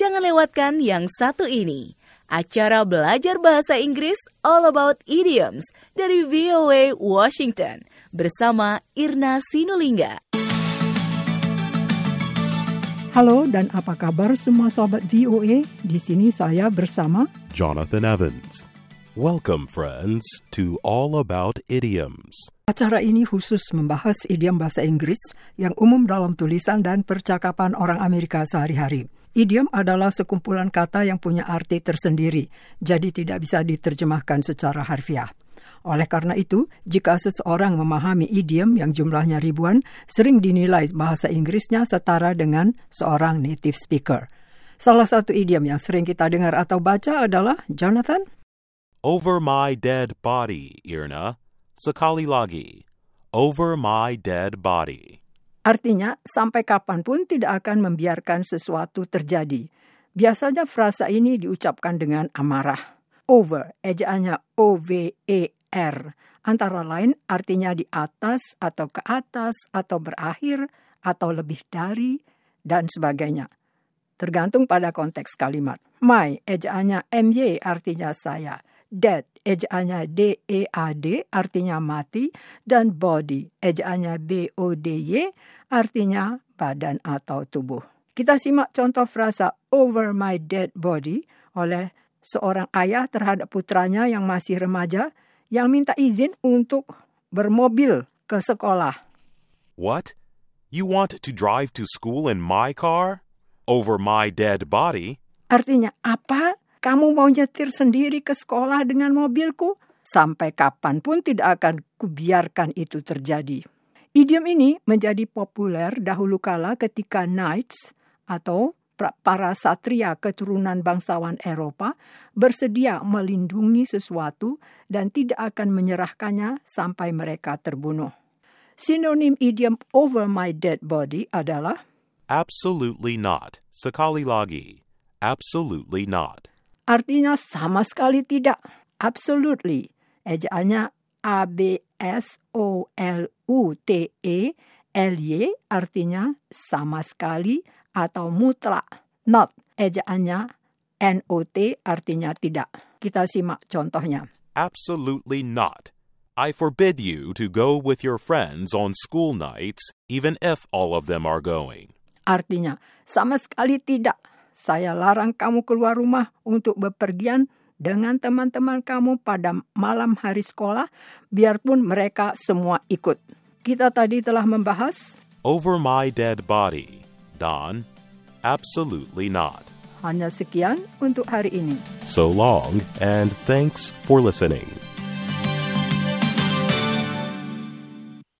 jangan lewatkan yang satu ini. Acara belajar bahasa Inggris All About Idioms dari VOA Washington bersama Irna Sinulinga. Halo dan apa kabar semua sobat VOA? Di sini saya bersama Jonathan Evans. Welcome friends to All About Idioms. Acara ini khusus membahas idiom bahasa Inggris yang umum dalam tulisan dan percakapan orang Amerika sehari-hari. Idiom adalah sekumpulan kata yang punya arti tersendiri, jadi tidak bisa diterjemahkan secara harfiah. Oleh karena itu, jika seseorang memahami idiom yang jumlahnya ribuan, sering dinilai bahasa Inggrisnya setara dengan seorang native speaker. Salah satu idiom yang sering kita dengar atau baca adalah, Jonathan? Over my dead body, Irna. Sekali lagi. Over my dead body. Artinya, sampai kapanpun tidak akan membiarkan sesuatu terjadi. Biasanya frasa ini diucapkan dengan amarah. Over, ejaannya O-V-E-R. Antara lain artinya di atas atau ke atas atau berakhir atau lebih dari dan sebagainya. Tergantung pada konteks kalimat. My, ejaannya M-Y artinya saya. Dead, ejaannya D-E-A-D artinya mati. Dan body, ejaannya B-O-D-Y artinya badan atau tubuh. Kita simak contoh frasa over my dead body oleh seorang ayah terhadap putranya yang masih remaja yang minta izin untuk bermobil ke sekolah. What? You want to drive to school in my car? Over my dead body? Artinya, apa? Kamu mau nyetir sendiri ke sekolah dengan mobilku? Sampai kapanpun tidak akan kubiarkan itu terjadi. Idiom ini menjadi populer dahulu kala ketika knights atau para satria keturunan bangsawan Eropa bersedia melindungi sesuatu dan tidak akan menyerahkannya sampai mereka terbunuh. Sinonim idiom over my dead body adalah Absolutely not. Sekali lagi. Absolutely not. Artinya sama sekali tidak. Absolutely. Ejaannya A-B-S-O-L-U-T-E-L-Y artinya sama sekali atau mutlak. Not. Ejaannya N-O-T artinya tidak. Kita simak contohnya. Absolutely not. I forbid you to go with your friends on school nights, even if all of them are going. Artinya, sama sekali tidak. Saya larang kamu keluar rumah untuk bepergian dengan teman-teman kamu pada malam hari sekolah, biarpun mereka semua ikut. Kita tadi telah membahas Over my dead body. Don, absolutely not. Hanya sekian untuk hari ini. So long, and thanks for listening.